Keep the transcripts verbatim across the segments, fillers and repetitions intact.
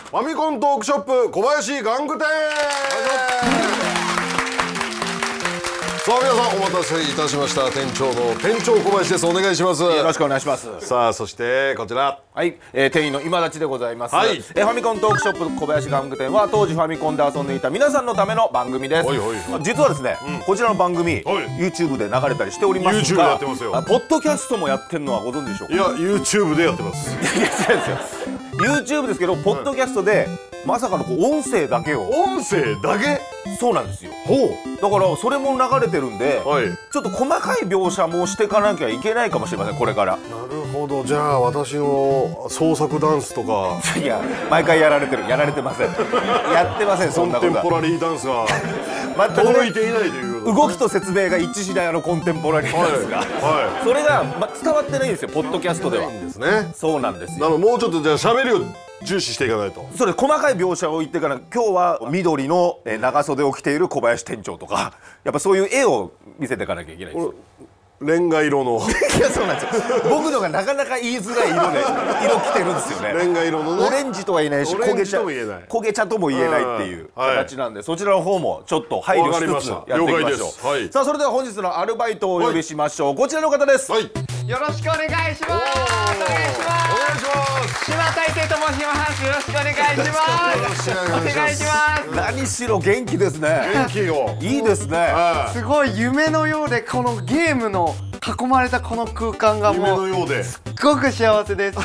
ファミコントークショップ小林玩具店。さあ皆さんお待たせいたしました。店長の店長小林です。お願いします。 よろしくお願いします。 さあそしてこちら、 はい、えー、店員の今立ちでございます。 はい、 えー、ファミコントークショップ小林玩具店は当時ファミコンで遊んでいた皆さんのための番組です。 はいはいはい、 実はですね、うん、こちらの番組、はい、YouTube で流れたりしておりますが、 YouTube でやってますよ。 ポッドキャストもやってるのはご存知でしょうか。 いや YouTube でやってます。 いや違うんですよ。YouTube ですけど、ポッドキャストで、うん、まさかのこう音声だけを。 音声だけ。 そうなんですよ。 ほう。 だからそれも流れてるんで、はい、ちょっと細かい描写もしていかなきゃいけないかもしれません、これから。 なるほど。じゃあ私の創作ダンスとかいや毎回やられてる。やられてません。やってません。そんなことは。 コンテンポラリーダンスは届いていないということ、ね、 動きと説明が一致しないあのコンテンポラリーダンスが、はいはい、それが、ま、伝わってないんですよ、ポッドキャストでは。 ないんですね。 そうなんですよ。 なのでもうちょっとじゃあ喋りを重視していかないと。 それ細かい描写を言ってから、今日は緑の長袖を着ている小林店長とか、やっぱそういう絵を見せていかなきゃいけないんですよ。 レンガ色のいやそうなんですよ。僕のがなかなか言いづらい色で色着てるんですよね。 レンガ色のね。 オレンジとは言えないし、焦げ茶焦げ茶とも言えないっていう形なんで、はい、そちらの方もちょっと配慮しつつやっていきましょう。はい、さあそれでは本日のアルバイトをお呼びしましょう。はい、こちらの方です。 はい、よろしくお願いします。お願いします。島大成と申します。よろしくお願いします。お願いします。 何しろ元気ですね。 元気よ。 いいですね。 すごい夢のようで、このゲームの囲まれたこの空間がもうすっごく幸せです。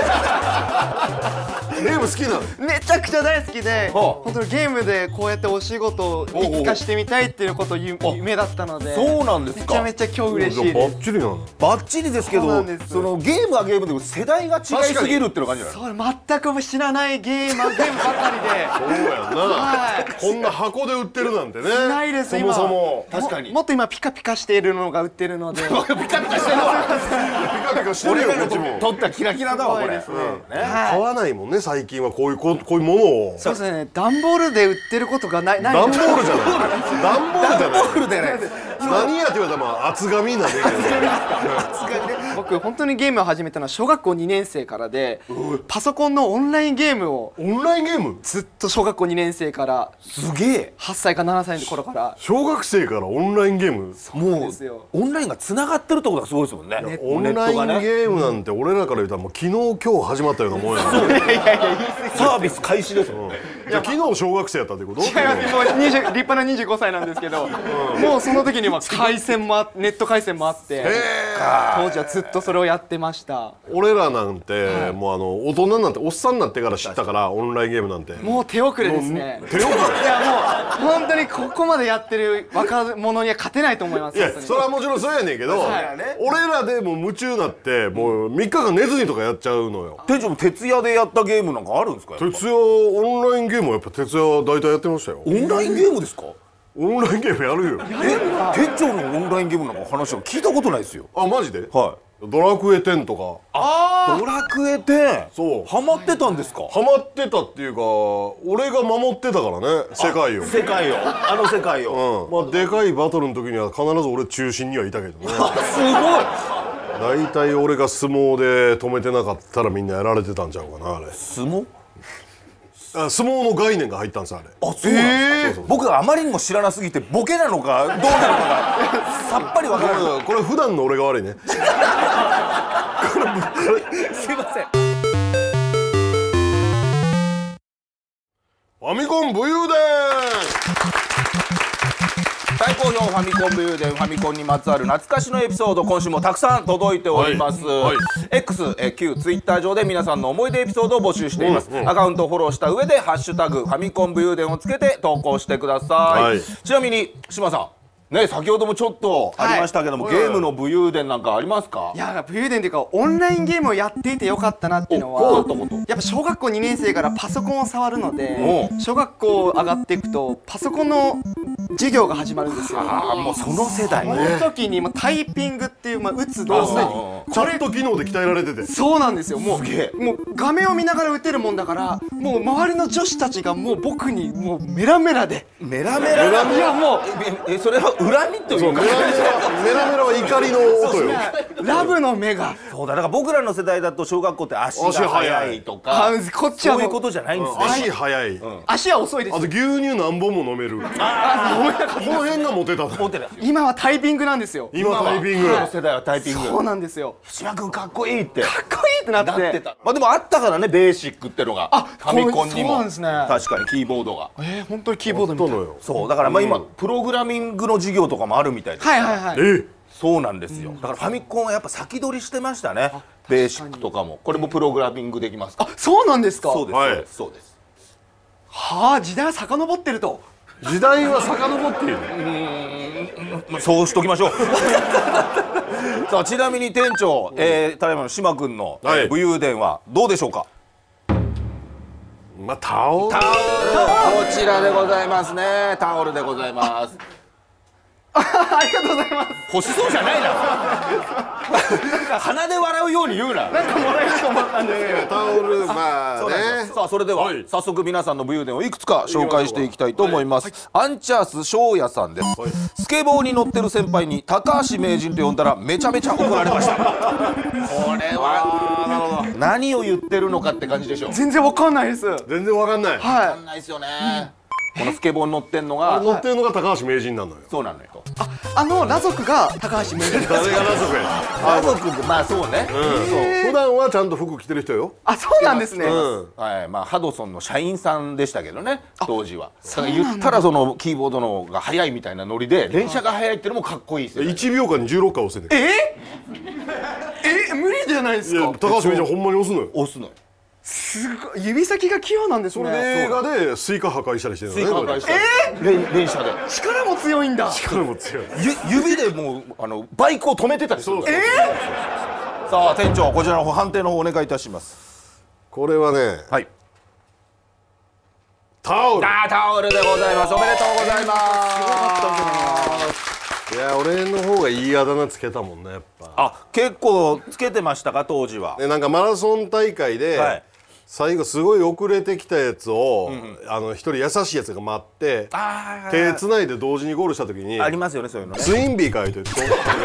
ゲーム好きなの？ めちゃくちゃ大好きで、本当にゲームでこうやってお仕事をいつかしてみたいっていうこと夢だったので。 そうなんですか。 めちゃめちゃ今日嬉しいです。 バッチリなの。 バッチリですけど、そのゲームはゲームでも世代が違いすぎるっていう感じじゃない？ そう、全く知らないゲームゲームばかりで。 そうやな、はい、こんな箱で売ってるなんてね。 ないです。 そもそも確かに も, もっと今ピカピカしているのが売ってるので。 ピカピカしてるわ。 ピカピカしてるよ。こっちも取ったキラキラだわこれ。 買わないもんね最近は、こういうこうこういうものを。 そうですね。段ボールで売ってることがない。 段ボールじゃない。段ボールじゃない。 段ボールでね。 何やって言われたらまあ厚紙なんで。 僕本当にゲームを始めたのは小学校にねん生からで、パソコンのオンラインゲームを。 オンラインゲーム？ ずっと小学校にねん生から。 すげえ。 はっさいかななさいの頃から。 小学生からオンラインゲーム。 もうオンラインがつながってるってことがすごいですもんね。 オンラインゲームなんて俺らから言ったらもう昨日今日始まったようなもんや。 いやいやいやサービス開始ですもんね。 じゃあ昨日小学生やったってこと？ 違います。もう立派なにじゅうごさいなんですけど、もうその時には回線もネット回線もあって、当時はずっとそれをやってました。 俺らなんてもうあの大人になっておっさんになってから知ったから、オンラインゲームなんてもう手遅れですね。 手遅れ。いやもう本当にここまでやってる若者には勝てないと思います。 いやそれはもちろんそうやねんけど、俺らでもう夢中になってもうみっかかん寝ずにとかやっちゃうのよ。 店長も徹夜でやったゲームなんかあるんですか？ 徹夜オンラインゲームはやっぱ徹夜大体やってましたよ。 オンラインゲームですか？ オンラインゲームやるよ。 え、店長のオンラインゲームなんか話は聞いたことないですよ。 あ、マジで？ はい。 ドラクエテンとか。 ああ、ドラクエテン。 そう。 ハマってたんですか？ ハマってたっていうか、俺が守ってたからね、世界を。 世界を。あの世界を。 うん。まあでかいバトルの時には必ず俺中心にはいたけどね。 すごい。 大体俺が相撲で止めてなかったらみんなやられてたんちゃうかなあれ。 相撲？ あ、相撲の概念が入ったんですあれ。 あ、そうなんですか。僕があまりにも知らなすぎてボケなのかどうなのかがさっぱりわからない。 これ普段の俺が悪いね。 すいません。 ファミコン武勇伝。 大好評ファミコン武勇伝。ファミコンにまつわる懐かしのエピソード、今週もたくさん届いております。はいはい、X、え旧 Twitter 上で皆さんの思い出エピソードを募集しています。うんうん、アカウントをフォローした上でハッシュタグファミコン武勇伝をつけて投稿してください。はい、ちなみに島さん。ね、先ほどもちょっとありましたけども、はい、ゲームの武勇伝なんかありますか？ いや、武勇伝っていうかオンラインゲームをやっていてよかったなっていうのは、やっぱ小学校にねん生からパソコンを触るので、小学校上がっていくとパソコンの授業が始まるんですよ。 ああ、もうその世代ね。 その時にもタイピングっていう、まあ、打つ動作チャット機能で鍛えられてて。 そうなんですよ。もうもう画面を見ながら打てるもんだから、もう周りの女子たちがもう僕にもうメラメラでメラメラ。 いやもうえ、それは恨みというか、 メラメラは怒りの音よ。 ラブの目がそうだ、だから僕らの世代だと小学校って足が速いとか、 こっちはそういうことじゃないんですね。 足速い。 足は遅いです。 あと牛乳何本も飲める。この辺がモテた。 モテた。 今はタイピングなんですよ。 今タイピング。 僕らの世代はタイピング。 そうなんですよ。 島君かっこいいって。 かっこいいってなって。 なってた。まあでもあったからね、ベーシックってのが。 あ、 ファミコンにも。 そうなんですね。 確かにキーボードが。 えー、本当にキーボードみたいな。 そう、だからまあ今プログラミングの授業とかもあるみたいです。 はいはいはい。 え、 そうなんですよ。だからファミコンはやっぱ先取りしてましたね。ベーシックとかも。これもプログラミングできます。 あ、そうなんですか。 そうです。そうです。そうです。 はあ、時代は遡ってると。 時代は遡っている。 うん、そうしときましょう。さあ、ちなみに店長、えー、ただいまの島君の、はい、武勇伝はどうでしょうか。 まあ、タオル。 タオル、こちらでございますね。タオルでございます。 ありがとうございます。 欲しそうじゃないな。鼻で笑うように言うな。 なんかもらえると思ったんですけど。 タオル、まあね。 さあ、それでは、はい、早速皆さんの武勇伝をいくつか紹介していきたいと思います。はい、アンチャース翔也さんです。はい、スケボーに乗ってる先輩に高橋名人と呼んだらめちゃめちゃ怒られました。これは何を言ってるのかって感じでしょう。 全然わかんないです。 全然わかんない。 はい。わかんないですよね。このスケボーに乗ってんのが乗ってるのが高橋名人なのよ。 そうなのよ。 あ、あの裸族が高橋名人。 誰が裸族や。 裸族、まあそうね。 普段はちゃんと服着てる人よ。 あ、そうなんですね。 はい、まあハドソンの社員さんでしたけどね、当時は。だから言ったらそのキーボードのが速いみたいなノリで連射が速いっていうのもかっこいいですよ。 いちびょうかんにじゅうろっかい押せてる。 え？え、無理じゃないですか。 高橋名人ほんまに押すのよ。 押すのよ。 すごい、指先が器用なんですね。 それで映画でスイカ破壊したりしてるのね。 スイカ破壊したり。え？連射で。 力も強いんだ。 力も強い。 指でもうあのバイクを止めてたりする。ええ？さあ店長、こちらの方判定の方お願いいたします。 これはね、 はい。 タオル。 あ、タオルでございます。おめでとうございます。 いや、俺の方がいいあだ名つけたもんね、やっぱ。 あ、結構つけてましたか当時は。 で、なんかマラソン大会で、はい、最後すごい遅れてきたやつを、うん、あの一人優しいやつが待って手つないで同時にゴールした時にありますよね、そういうのね。 ツインビー書いてる。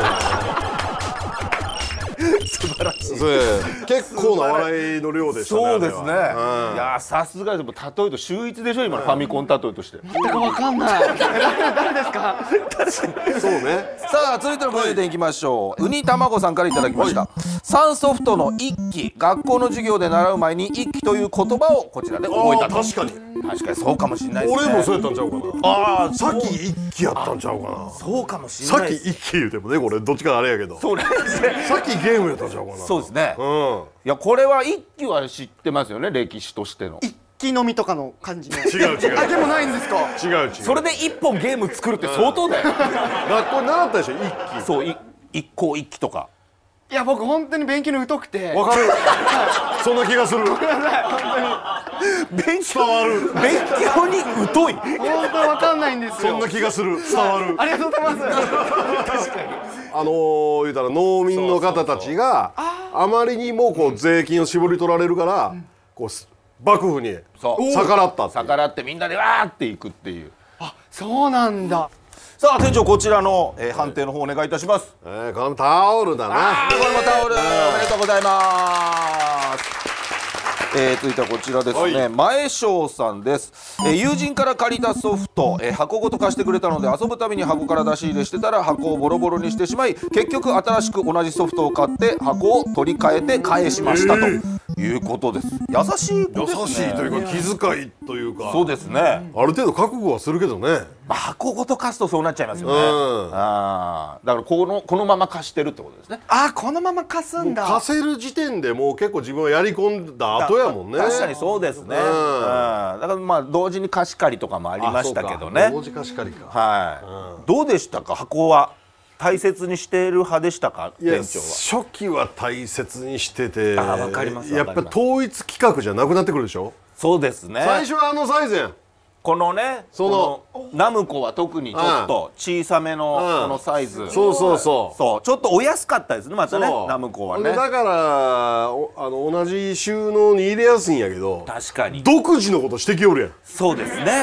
素晴らしい。 結構な笑いの量でしたね。 そうですね。いや、さすがでも例えと秀逸でしょ、今のファミコン例えとして。 全くわかんない。誰ですか。 そうね。 さあ、続いてのご意見いきましょう。ウニ卵さんからいただきました。サンソフトの一期、学校の授業で習う前に一期という言葉をこちらで覚えた。 確かに。 確かにそうかもしれないですね。 俺もそうやったんちゃうかな。ああ、さっき一期やったんちゃうかな。 そうかもしれない。 さっき一期言うてもね、これどっちかあれやけど。 そうですね。 さっきゲームやったんちゃうかな。 そうですね。うん。いや、これは一期は知ってますよね、歴史としての。 一気飲みとかの感じの。 違う違う。 あ、でもないんですか。 違う違う。 それで一本ゲーム作るって相当だよ。 学校に習ったでしょ、一期。 そう、い一校一期とか。 いや、僕本当に勉強に疎くて。 わかる。そんな気がする。 ごめんなさい、本当に。 勉強わる。勉強に疎い。 本当にわかんないんですよ。 そんな気がする。伝わる。 ありがとうございます。確かに。 あのー、言うたら農民の方たちがあまりにもこう税金を絞り取られるから、こう幕府に逆らったって。 逆らってみんなでわーっていくっていう。 あ、そうなんだ。 さあ店長、こちらの、えー、判定の方お願いいたします。 えー、このタオルだな。 あー、これもタオル、おめでとうございます。えー、続いてはこちらですね、前翔さんです。えー、友人から借りたソフト、えー、箱ごと貸してくれたので遊ぶために箱から出し入れしてたら箱をボロボロにしてしまい、結局新しく同じソフトを買って箱を取り替えて返しました、えー、ということです。優しい子ですね。 優しいというか気遣いというか。 そうですね。ある程度覚悟はするけどね。 まあ、箱ごと貸すとそうなっちゃいますよね。うん、あ、だからこのこのまま貸してるってことですね。 あ、このまま貸すんだ。 貸せる時点でもう結構自分はやり込んだ後やもんね。 確かにそうですね。うん、だからまあ同時に貸し借りとかもありましたけどね。 同時貸し借りか。 はい、うん。どうでしたか、箱は大切にしている派でしたか、店長は。 初期は大切にしてて。 あ、わかります。 やっぱ統一規格じゃなくなってくるでしょ。 そうですね。 最初はあのサイズやん。 このね、そのナムコは特にちょっと小さめのこのサイズ、 そうそうそう、 そうちょっとお安かったですね、またね、ナムコはね。 だからあの同じ収納に入れやすいんやけど、 確かに独自のことしてきよるやん。 そうですね。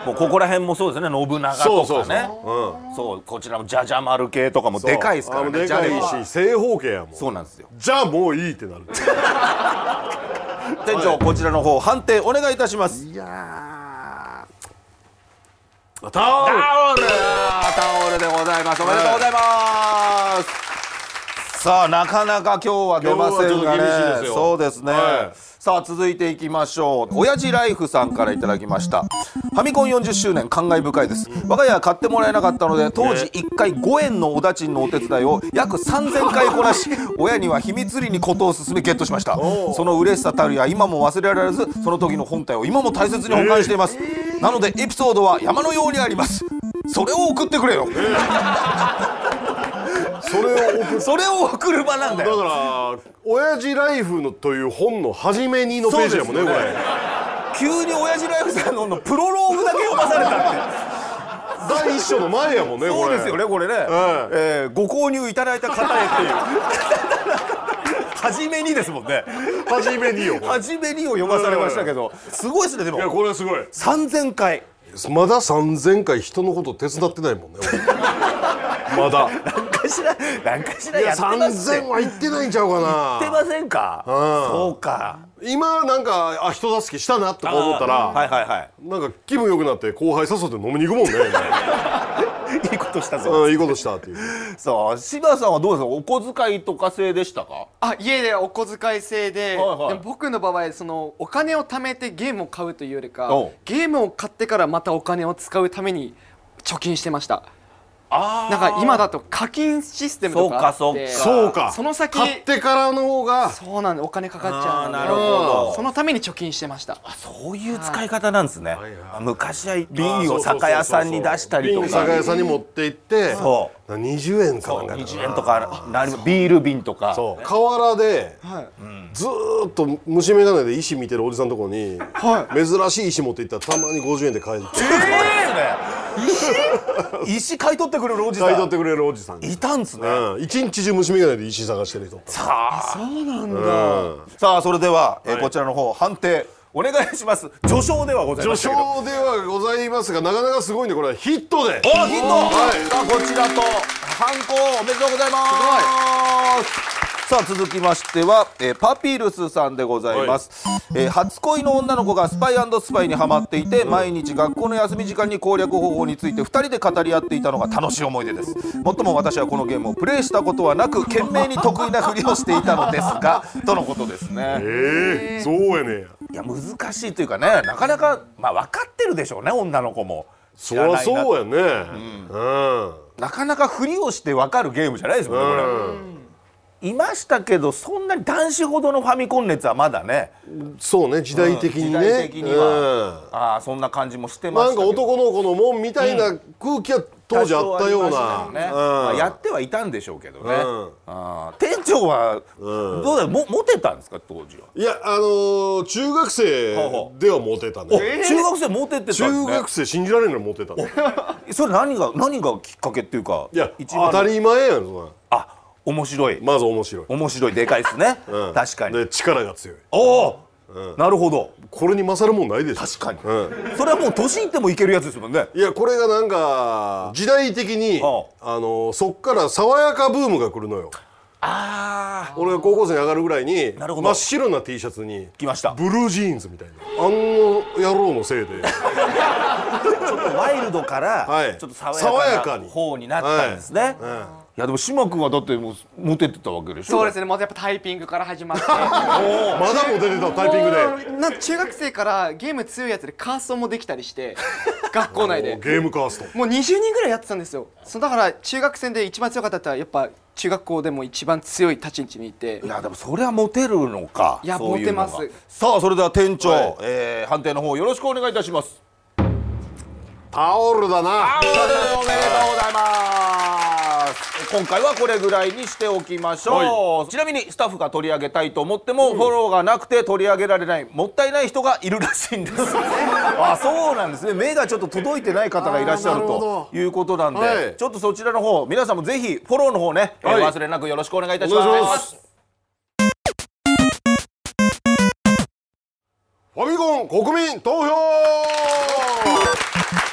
もうここら辺もそうですね、信長とかね、そうこちらもじゃじゃ丸系とかもでかいですからね。 でかいし正方形やもん。 そうなんですよ。 じゃあもういいってなる。 店長こちらの方判定お願いいたします。 いやタオルタオルタオルでございます。おめでとうございます。さあなかなか今日は出ませんがね。そうですね。さあ続いていきましょう。親父ライフさんからいただきました。ファミコンよんじゅっしゅうねん感慨深いです。我が家は買ってもらえなかったので当時いっかいごえんのおだちんのお手伝いを約さんぜんかいこなし、親には秘密裏にことを進めゲットしました。その嬉しさたるや今も忘れられず、その時の本体を今も大切に保管しています。なのでエピソードは山のようにあります。それを送ってくれよ。 それを送それを送る場なんだよ。 だから親父ライフのという本の初めにのページやもんねこれ。 急に親父ライフさんのプロローグだけ読まされたって第一章の前やもんねこれ。 そうですよねこれね、えー、ご購入いただいた方へっていう初めにですもんね。 初めによ初めにを読まされましたけど、すごいですね。でもいやこれはすごい。 さんぜんかいまださんぜんかい人のこと手伝ってないもんねまだなんかしらなんかしらやってさんますぜんは行ってないんちゃうかな。 言ってませんか。そうか。 今なんかあ人助けしたなとか思ったら、 はいはいはい、 なんか気分良くなって後輩誘って飲みに行くもんねいいことしたぞ、 うん、いいことしたっていう。 さあ柴さんはどうですか、お小遣いとか制でしたか。 あ、家でお小遣い制で、 はいはい、 でも僕の場合そのお金を貯めてゲームを買うというよりか、ゲームを買ってからまたお金を使うために貯金してました。 あなんか今だと課金システムとかあってそうかその先買ってからの方がそうなんでお金かかっちゃうので、 なるほど、 そのために貯金してました。 あ、そういう使い方なんですね。昔は瓶を酒屋さんに出したりとか、 瓶酒屋さんに持って行ってそうにじゅうえんかなんかにじゅうえんとかなりビール瓶とか、 そう河原で、 はい、 ずーっと虫眼鏡で石見てるおじさんのとこに、 はい、 珍しい石持っていったらたまにごじゅうえんで買える。 石石買い取ってくれるおじさん、 買い取ってくれるおじさんいたんですね。 うん、一日中虫眼鏡で石探してる人。 さあそうなんだ、 うん、 さあそれでは、えーはい、 こちらの方判定お願いします。序章ではございます序章ではございますがなかなかすごいんでこれはヒットで。 おヒット、 はい、 さあこちらとハンコおめでとうございます。さあ続きましては、えー、パピルスさんでございます、はい、えー、初恋の女の子がスパイ&スパイにハマっていて、うん、毎日学校の休み時間に攻略方法についてふたりで語り合っていたのが楽しい思い出です。もっとも私はこのゲームをプレイしたことはなく懸命に得意なふりをしていたのですがとのことですね。 えー、そうやねや。いや難しいというかね、なかなかまあ分かってるでしょうね女の子も。 そりゃそうやね、うん、うん、 なかなかふりをして分かるゲームじゃないですもんね、これ、うん、いましたけどそんなに男子ほどのファミコン熱はまだね。 そうね、時代的にね、うん、時代的には、うん、ああそんな感じもしてましたけど、 なんか男の子のもんみたいな空気は当時あったような、 ね、うん、まあ、やってはいたんでしょうけどね、うん、あ店長は、うん、どうだもモテたんですか当時は。 いや、あのー、中学生ではモテたね。 えー、中学生モテてたんですね。 中学生信じられんのモテたねそれ何が何がきっかけっていうか。 いや当たり前やん。そんなあ、面白い、 まず面白い面白いでかいですね、うん、確かに。 で力が強い。 おお、うん、なるほど。 これに勝るもんないでしょ。 確かに、 うん、 それはもう年いってもいけるやつですもんね。 いやこれがなんか時代的にあのそっから爽やかブームが来るのよ。ああ、俺が高校生に上がるぐらいに真っ白な T シャツに来ましたブルージーンズみたいな、あの野郎のせいでちょっとワイルドからちょっと爽やかな方になったんですね。はい、うん、いやでも島君はだってもうモテてたわけでしょ。 そうですね、まずやっぱタイピングから始まってまだモテてたタイピングで。 なん中学生からゲーム強いやつでカーストもできたりして学校内でゲームカーストもうにじゅうにんぐらいやってたんですよ。そうだから中学生で一番強かったってやっぱ中学校でも一番強い立ち位置にいて。 いやでもそれはモテるのか。 いやモテます。 さあそれでは店長、はい、えー、判定の方よろしくお願いいたします。 タオルだな。 タオルおめでとうございます。今回はこれぐらいにしておきましょう、はい、ちなみにスタッフが取り上げたいと思っても、うん、フォローがなくて取り上げられないもったいない人がいるらしいんですあ、そうなんですね。目がちょっと届いてない方がいらっしゃるということなんで、はい、ちょっとそちらの方皆さんもぜひフォローの方ね、はい、忘れなくよろしくお願いいたします。 ファミコン国民投票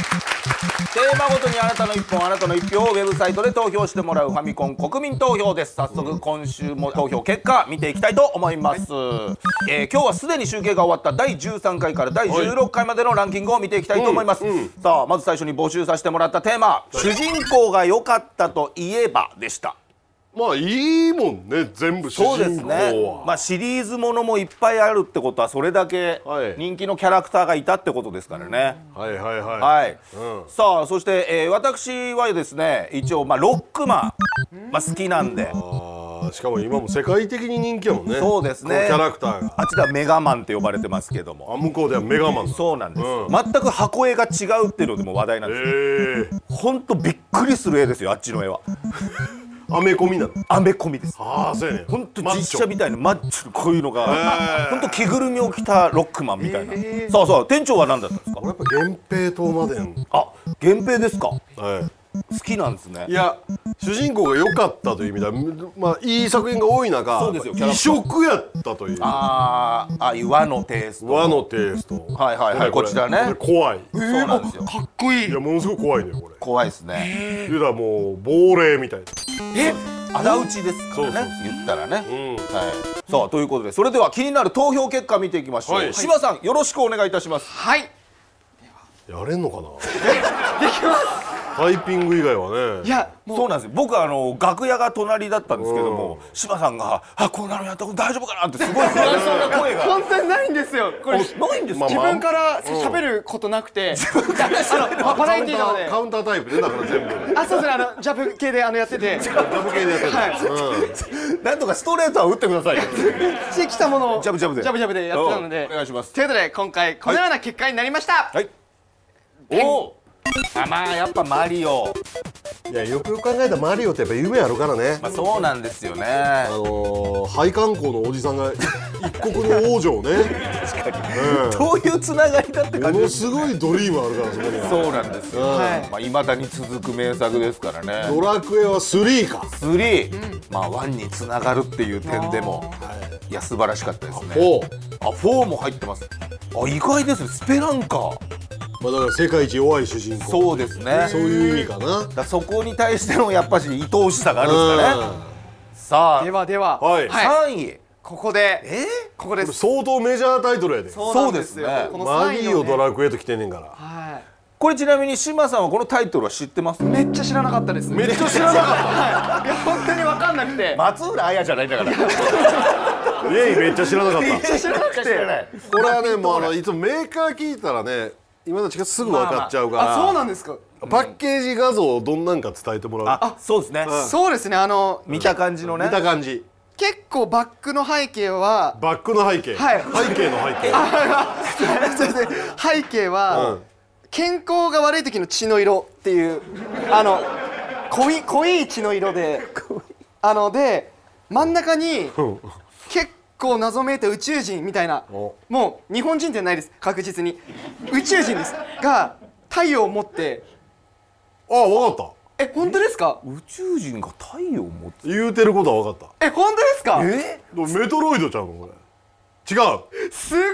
テーマごとにあなたの一本あなたの一票をウェブサイトで投票してもらうファミコン国民投票です。早速今週も投票結果見ていきたいと思います、はい、えー、今日はすでに集計が終わっただいじゅうさんかいからだいじゅうろっかいまでのランキングを見ていきたいと思います、うんうん、さあまず最初に募集させてもらったテーマ、はい、主人公が良かったといえばでした。 まあいいもんね、全部主人公は。そうですね、 まあ、シリーズものもいっぱいあるってことはそれだけ人気のキャラクターがいたってことですからね、 はい、はいはいはい、 はい、うん、さあそして、えー、私はですね一応、まあ、ロックマン、まあ、好きなんで、 あしかも今も世界的に人気やもんね。 そうですね、 キャラクターがあっちではメガマンって呼ばれてますけども、 あ向こうではメガマン。 そうなんです、 うん、 全く箱絵が違うっていうのでも話題なんです、えー、ほんとびっくりする絵ですよ、あっちの絵は。 アメコミなの？ アメコミです。 ああ、そうやね。 本当実写みたいなマッチョこういうのが、本当着ぐるみを着たロックマンみたいな。そうそう、店長は何だったんですか？ 俺やっぱ源平東馬伝。 あ、源平ですか？ はい。 好きなんですね。 いや、主人公が良かったという意味では、まあいい作品が多い中、 そうですよ、 異色やったという。 ああ、あ、和のテイスト。 和のテイスト。 はいはいはい、こちらね。 怖い。 そうなんですよ。 かっこいい。 いや、ものすごく怖いねこれ。 怖いですね。 言うたらもう亡霊みたいな。 え、仇討ちですからね。言ったらね。はい。さあということで、それでは気になる投票結果見ていきましょう。柴さんよろしくお願いいたします。 はい。 やれんのかな。できます。タイピング以外はね。 いや、そうなんですよ。僕はあの楽屋が隣だったんですけども、柴さんが「あ、こんなのやったこと大丈夫かな」ってすごい不安そうな声が。 本当にないんですよ。これないんですか。 自分から喋ることなくて、あのバラエティーなのでカウンタータイプでだから全部。 あ、そうですね。あのジャブ系であのやってて、ジャブ系でやってる。 はい。 なんとかストレートは打ってくださいよ。 してきたものをジャブジャブでジャブジャブでやってたので、 お願いします。 ということで今回このような結果になりました。 はい。おお。あ、まあやっぱマリオ。 いや、よくよく考えたらマリオってやっぱ夢あるからね。 まあそうなんですよね。 あの配管工のおじさんが一国の王女をね。 確かに。どういうつながりだって感じ。 ものすごいドリームあるからそこには。 そうなんですよ。まあ未だに続く名作ですからね。 ドラクエはスリーか。 スリー。まあワンにつながるっていう点でも、いや素晴らしかったですね。 フォー。 あ、フォーも入ってます。あ、意外ですね。スペランカ。 まあだから世界一弱い主人公。 そうですね。 そういう意味かな。 だそこに対してのやっぱし愛おしさがあるんですかね。さあ、 ではでは、 さんい。 ここで、 えここです。 相当メジャータイトルやで。 そうですね。 マリオドラクエと来てんねんから。 はい。 これちなみに島さんはこのタイトルは知ってます？ めっちゃ知らなかったです。 めっちゃ知らなかった。 はい。いや本当に分かんなくて。 松浦綾じゃないんだから。 いやいやめっちゃ知らなかった。 めっちゃ知らなくて。 これはね、もうあのいつもメーカー聞いたらね。今たちがすぐ分かっちゃうから。 あ、そうなんですか。 パッケージ画像をどんなんか伝えてもらう。 あ、そうですね。 そうですね。あの見た感じのね。 見た感じ。 結構バックの背景は。 バックの背景。 はい。 背景の背景。 背景は健康が悪い時の血の色っていうあの濃い濃い血の色で、あので真ん中に結構結構謎めいた宇宙人みたいな、もう日本人じゃないです、確実に宇宙人ですが太陽を持って。 ああ、分かった。 え、本当ですか？ 宇宙人が太陽を持つ。 言うてることは分かった。 え、本当ですか？ え、 メトロイドちゃうのこれ。違う。 すごい。え、なんで？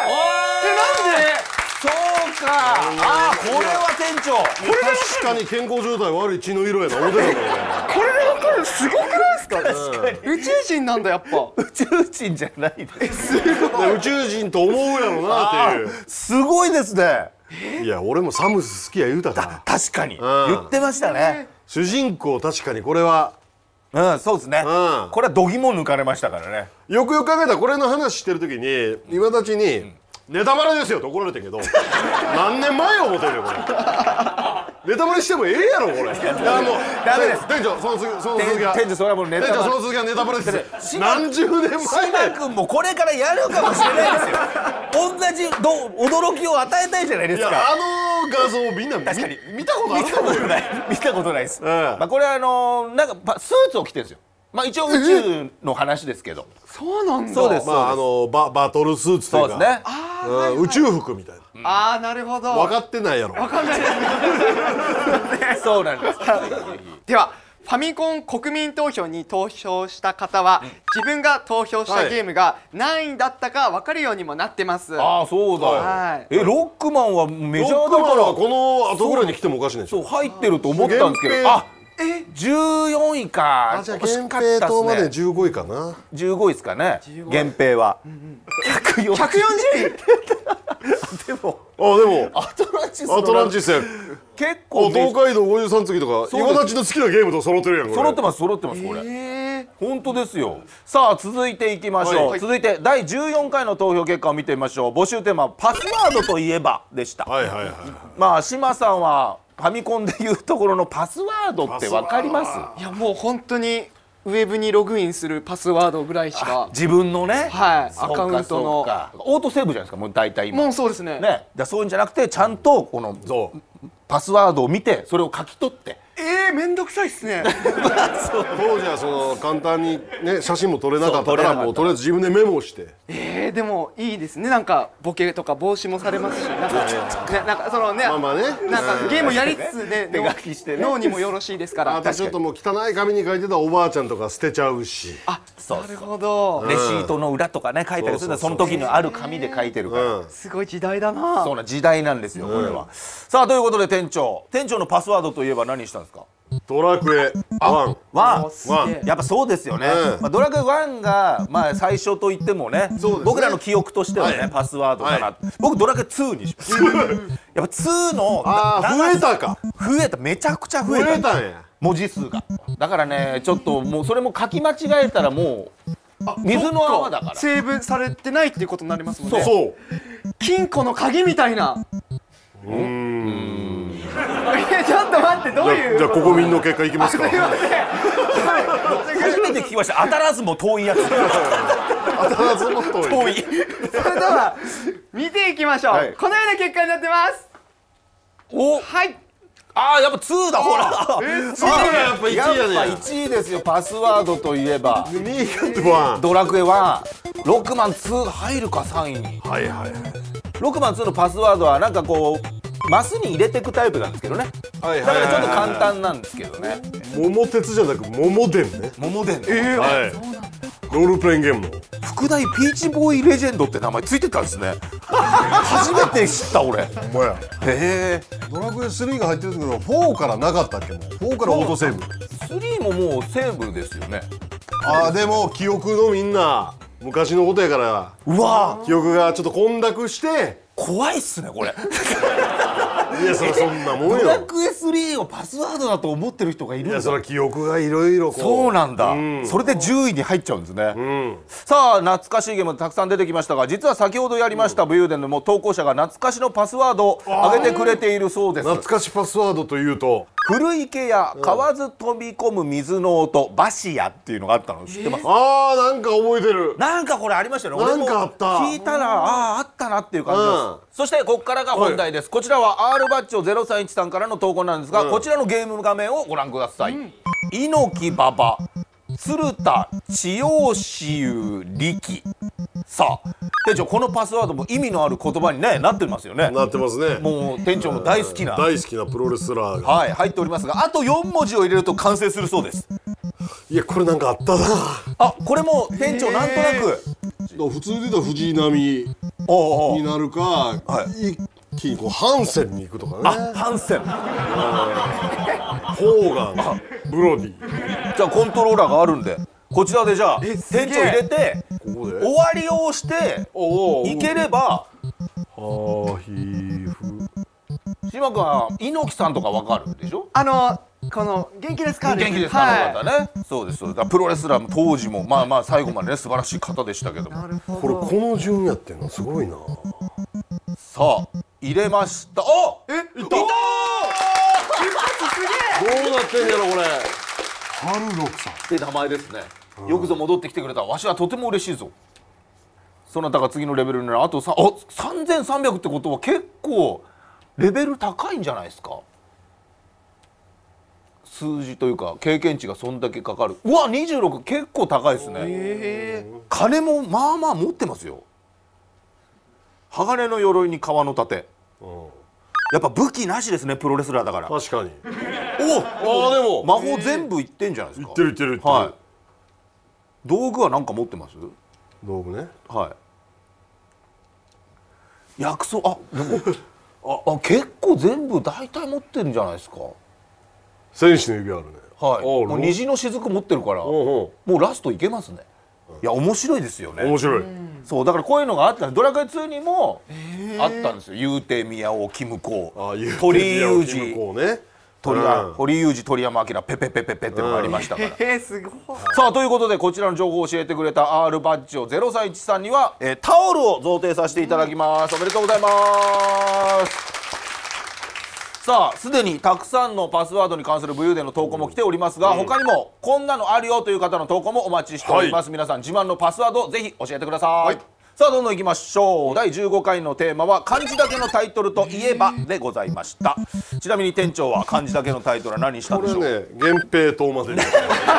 そうか。ああ、これは店長。 これ確かに健康状態悪い血の色やな。思ってたの。 これで分かる。すごくないですか？ 確かに。 宇宙人なんだやっぱ。 宇宙人じゃないです。 すごい。 宇宙人と思うやろなっていう。 すごいですね。 いや、俺もサムス好きや言うたから。 確かに言ってましたね。 主人公確かにこれは。 うん、そうですね。これは度肝抜かれましたからね。 よくよく考えたらこれの話してる時に今たちに「ネタバレですよ」って怒られてんけど何年前思ってるよこれ。ネタバレしてもええやろこれ。いやもうダメです。 店長その次その続きは店長それはもうネタバレ。 店長その続きはネタバレですよ。何十年前。 島君もこれからやるかもしれないですよ。同じど驚きを与えたいじゃないですか。 いや、あの画像みんな確かに見たことあると思うよ。 見たことないです。まあこれはあのなんかスーツを着てるんですよ。まあ一応宇宙の話ですけど。 そうなんだ。 そうです。 まああのババトルスーツというか。 そうですね。 宇宙服みたいな。 ああ、なるほど。 分かってないやろ。 分かんないです。 そうなんです。 ではファミコン国民投票に投票した方は、自分が投票したゲームが何位だったか分かるようにもなってます。 ああそうだ、 はい、 えロックマンはメジャーだロックマンからはこの後ぐらいに来てもおかしいでしょ。 そう入ってると思ったんですけど、あえじゅうよんいか。 あ、じゃあ源平島までじゅうごいかな。 じゅうごいですかね源平は。 ひゃくよんじゅういでもあ、でもアトランティスアトランティスや結構東海道ごじゅうさん次とかそうです今立ちの好きなゲームと揃ってるやん。 揃ってます揃ってますこれ。 えー、 本当ですよ。さあ続いていきましょう、 はい続いてだいじゅうよんかいの投票結果を見てみましょう。募集テーマはパスワードといえばでした。 はいはいはい。 まあ島さんはファミコンでいうところのパスワードって分かります？ いやもう本当にウェブにログインするパスワードぐらいしか。 自分のね、 はい、 そうかアカウントのそうかオートセーブじゃないですかもう大体今もうそうですね。 ね。だそういうんじゃなくてちゃんとこのそうパスワードを見てそれを書き取ってえー、めんどくさいっすね。 当時はその簡単にね写真も撮れなかったかそう撮れなかったらもうとりあえず自分でメモしてえー、でもいいですね。なんかボケとか防止もされますし、なんか、ね、なんかそのね、 まあまあねなんかゲームやりつつね、 手書きしてね脳にもよろしいですから。 あとちょっともう汚い紙に書いてたおばあちゃんとか捨てちゃうし。 あ、 そうなるほど。 レシートの裏とかね書いたりするんだその時のある紙で書いてるから、 うんすごい時代だな。 そうな時代なんですよこれは。さあということで店長店長のパスワードといえば何したんですか？ ドラクエワン。 ワンおすげえ。 やっぱそうですよね、 うんまあ、ドラクエワンが、まあ、最初と言ってもねそうですね僕らの記憶としてはね、 はいパスワードかな、 は僕ドラクエツーにしますやっぱツーのああ増えたか。 増えためちゃくちゃ増増えたえたんや。 文字数がだからねちょっともうそれも書き間違えたらもう水の泡だからセーブされてないっていうことになりますもんね。 そう。 金庫の鍵みたいな。 うーん。 いやちょっと待ってどうじゃいう。 あじゃあ国民の結果いきますか。 すいません。 初めて聞きました当たらずも遠いやつ当たらずも遠い。 遠いそれでは見ていきましょう、 はいこのような結果になってます。 おはいあーやっぱツーだほらツーがやっぱいちいやねやっぱいちいですよパスワードといえばにいがワン。 ドラクエワンロックマンツーが入るかさんいにはいはいロックマンツーのパスワードはなんかこうマスに入れていくタイプなんですけどねはいだからちょっと簡単。 単なんですけどね桃鉄じゃなく桃伝ね。 桃伝の、 はい。ロールプレイングゲームの。 副題ピーチボーイレジェンドって名前ついてたんですね初めて知った俺へほんまや。 えドラクエスリーが入ってるけどフォーからなかったっけもう。フォーからオートセーブ。 スリーももうセーブですよねああでも記憶のみんな昔のことやからうわ記憶がちょっと混濁して怖いっすねこれいやそりゃそんなもんドラよ。 クエスリーをパスワードだと思ってる人がいるんだいやそりゃ記憶がいろいろこう。 そうなんだ、 うんそれでじゅういに入っちゃうんですね、 うん。 さあ懐かしいゲームたくさん出てきましたが実は先ほどやりました武勇伝でも投稿者が懐かしのパスワードを上げてくれているそうです懐かしパスワードというと。 古池や河津飛び込む水の音バシアっていうのがあったの知ってます、 ああなんか覚えてる。 なんかこれありましたよねなんかあった俺も聞いたらあああったなっていう感じです、 うんそしてここからが本題です、こちらは R バッチョゼロさんいちさんからの投稿なんですが、 うんこちらのゲーム画面をご覧ください、猪木馬場鶴田千代子湯力さあ店長このパスワードも意味のある言葉に、ね、なってますよねなってますね。 もう店長も大好きな、 大好きなプロレスラーが。 はい、入っておりますがあとよんもじを入れると完成するそうですいやこれなんかあったな。 あこれも店長なんとなく普通で言うと藤波おうおうになるか、 は一気にこうハンセンに行くとかあね。 ハンセンホーガン、ブロディ。 じゃあコントローラーがあるんでこちらでじゃあ店長入れてここで。 終わりを押しておお。 いければはひふ。 島君は猪木さんとかわかるでしょあのこの元気ですか。 元気ですか、 はいあの方ねそうですそうですプロレスラーも当時もまあまあ最後までね素晴らしい方でしたけどもなるほこれど。 この順やってんのすごいな。 さあ入れましたおえいったどうなってんやろこれ。春六さん。 って名前ですねよくぞ戻ってきてくれたわしはとても嬉しいぞそなたが次のレベルになるあとさあさんぜんさんびゃくってことは結構レベル高いんじゃないですか数字というか経験値がそんだけかかるうわにじゅうろく結構高いですねえ金もまあまあ持ってますよ鋼の鎧に革の盾うん。 やっぱ武器なしですねプロレスラーだから確かに。 おあでも魔法全部いってんじゃないですか。 いってるいってるいってる、 はい。道具は何か持ってます？ 道具ね。 はい薬草、あでもああ結構全部大体持ってるんじゃないですか。 戦士の指あるね。 はいおうもう虹の雫持ってるからもおううラストいけますね。いや面白いですよね。 面白い。 そうだからこういうのがあったドラクエツーにもあったんですよ。ゆうてみやおキムコああいう鳥居裕二こうね。 鳥うんや堀井雄二鳥山明ペペペペペってのがありましたから。 えー、すごい。 さあということでこちらの情報を教えてくれた R バッジをゼロさんいちさんには、えー、タオルを贈呈させていただきます。おめでとうございます。さあすでにたくさんのパスワードに関する武勇伝の投稿も来ておりますが、うん、他にもこんなのあるよという方の投稿もお待ちしております、はい、皆さん自慢のパスワードをぜひ教えてください、はい、さあどんどんいきましょう。だいじゅうごかいのテーマは漢字だけのタイトルといえばでございました。ちなみに店長は漢字だけのタイトルは何したんでしょう。 これね源平東馬伝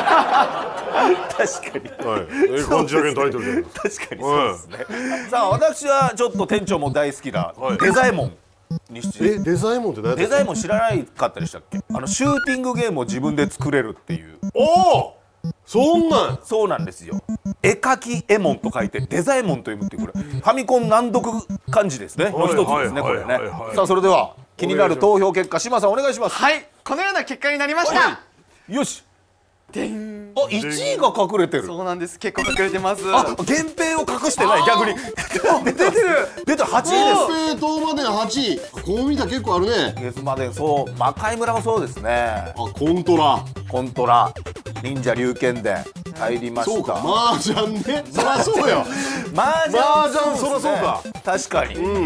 確かに、 はい、漢字だけのタイトルで確かにそうですね、はい、さあ私はちょっと店長も大好きな、はい、デザエモンにしてえデザイモンって何やったっけ。 デザイモン知らないかったでしたっけ。あのシューティングゲームを自分で作れるっていう。 おおそんなんそうなんですよ。絵描きエモンと書いてデザエモンと読むっていうこれファミコン難読漢字ですねの一つですねこれね。さあそれでは気になる投票結果島さんお願いします。 はいこのような結果になりました、はい、 よしでんあいちいが隠れてる。 そうなんです結構隠れてます。 あ源平を隠してない逆に出てる出てるはちいです。 源平東馬伝はちい。こう見たら結構あるね。 月までそう魔界村もそうですね。 あコントラコントラ忍者龍剣伝入りました。 そうか麻雀ねそりゃそうよ麻雀麻雀そりゃそうか確かに、うん、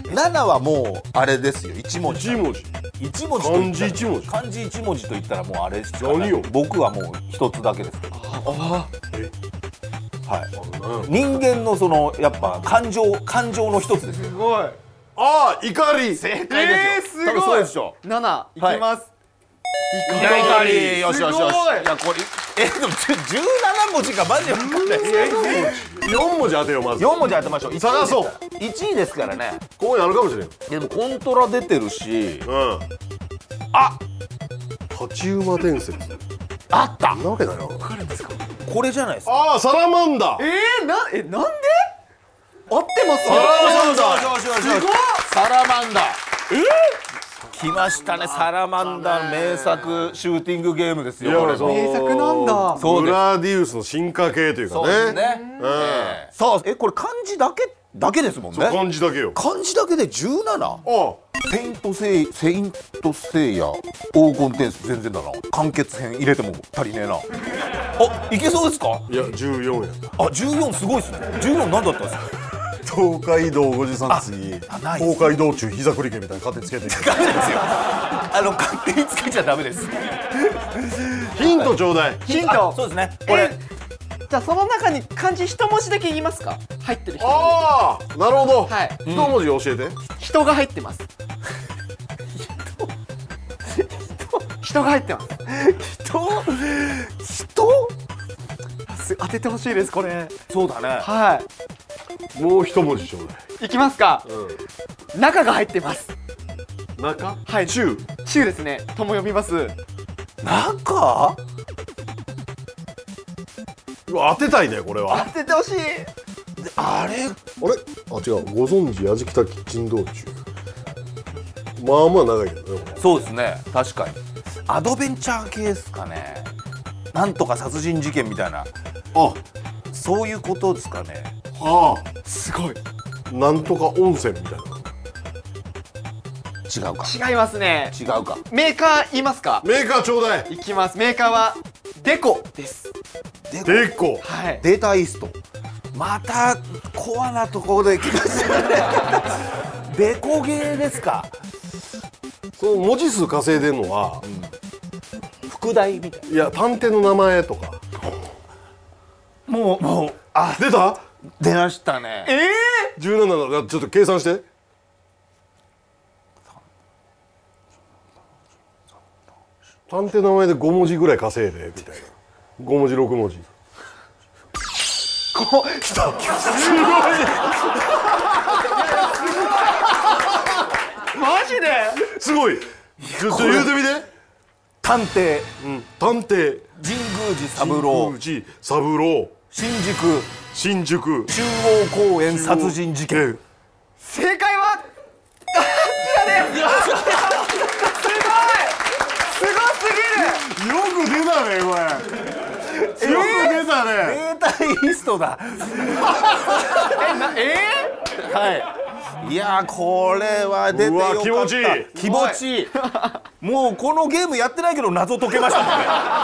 ななはもうあれですよ一文字一文字一文字漢字一文字漢字一文字と言ったらもうあれですかね。 何よ僕はもう一つだけです。 あえはい、人間のそのやっぱ感情感情の一つですよ。 すごい。 ああ怒り正解ですよ。 えー、すごい。 そうでしょ。 なないきます。 はい怒りよしよしよし。 すごい。 いやこれえでもじゅうななもじかマジで分かんないです。 よん文字当てようまず。 よん文字当てましょう。 探そう。 いちいですからね。 ここにあるかもしれん。 でもコントラ出てるし。 うん。あ勝ち馬伝説。 あったなわけないな。 わかるんですか。 これじゃないですか。 ああサラマンダ。 えー、なえなんで？合ってます。 サラマンダ。 すごい。サラマンダ。え？来ましたねサラマンダ名作シューティングゲームですよ。これ名作なんだ。 そうです。 グラディウスの進化系というかね。 そうですね。さあえこれ漢字だけだけですもんね。 漢字だけよ。 漢字だけでじゅうなな。 ああ。 セイントセイセイントセイヤ黄金天使全然だな。完結編入れても足りねえな。あいけそうですか。 いやじゅうよんやった。 あじゅうよんすごいですね。じゅうよん何だったんですか。 東海道ごじさん次東海道中膝くり毛みたいな勝手につけていく。 ダメですよ。あの勝手につけちゃダメです。 ヒントちょうだい。 ヒント。 そうですね。これじゃあその中に漢字一文字だけ言いますか。入ってる人。 ああなるほど。 はい一文字教えて。 人が入ってます。人が入ってます。 人人当ててほしいですこれ。 そうだね。 はもう一文字ちょうだい。 い。いきますか。 うん、 中が入ってます。 中？ はい。 中。 中ですね。とも読みます。 中？ うわ当てたいねこれは。 当ててほしい。 あれ？ あれ？あ違う。ご存知やじきたキッチン道中。まあまあ長いけどね。 そうですね。確かに。アドベンチャー系ですかね。なんとか殺人事件みたいな。 あ、 そういうことですかね。 ああ、すごい。 なんとか温泉みたいな。 違うか。 違いますね。 違うか。 メーカー言いますか。 メーカーちょうだい。 いきます。メーカーはデコです。 デコ。 はい。 データイースト。またコアなところで来ましたね。デコゲーですか。 その文字数稼いでるのは、 うん、副題みたいな。 いや探偵の名前とか。 もうもうあ出た？ 出ましたね。 ええー。じゅうななだちょっと計算して。探偵の名前でご文字ぐらい稼いでみたいな。ご文字ろく文字。 こ来た。すごい。マジで？ すごい。ちょっと言うてみて。 探偵うん探偵神宮寺三郎神宮寺三郎新宿新宿中央公園殺人事件。 正解はあちらです。すごいすごすぎる。 よく出たねこれよく出たねデータリストだ。 えなえはい。いやーこれは出てよかった。 うわ気持ちいい気持ちいい。もうこのゲームやってないけど謎解けましたもんね。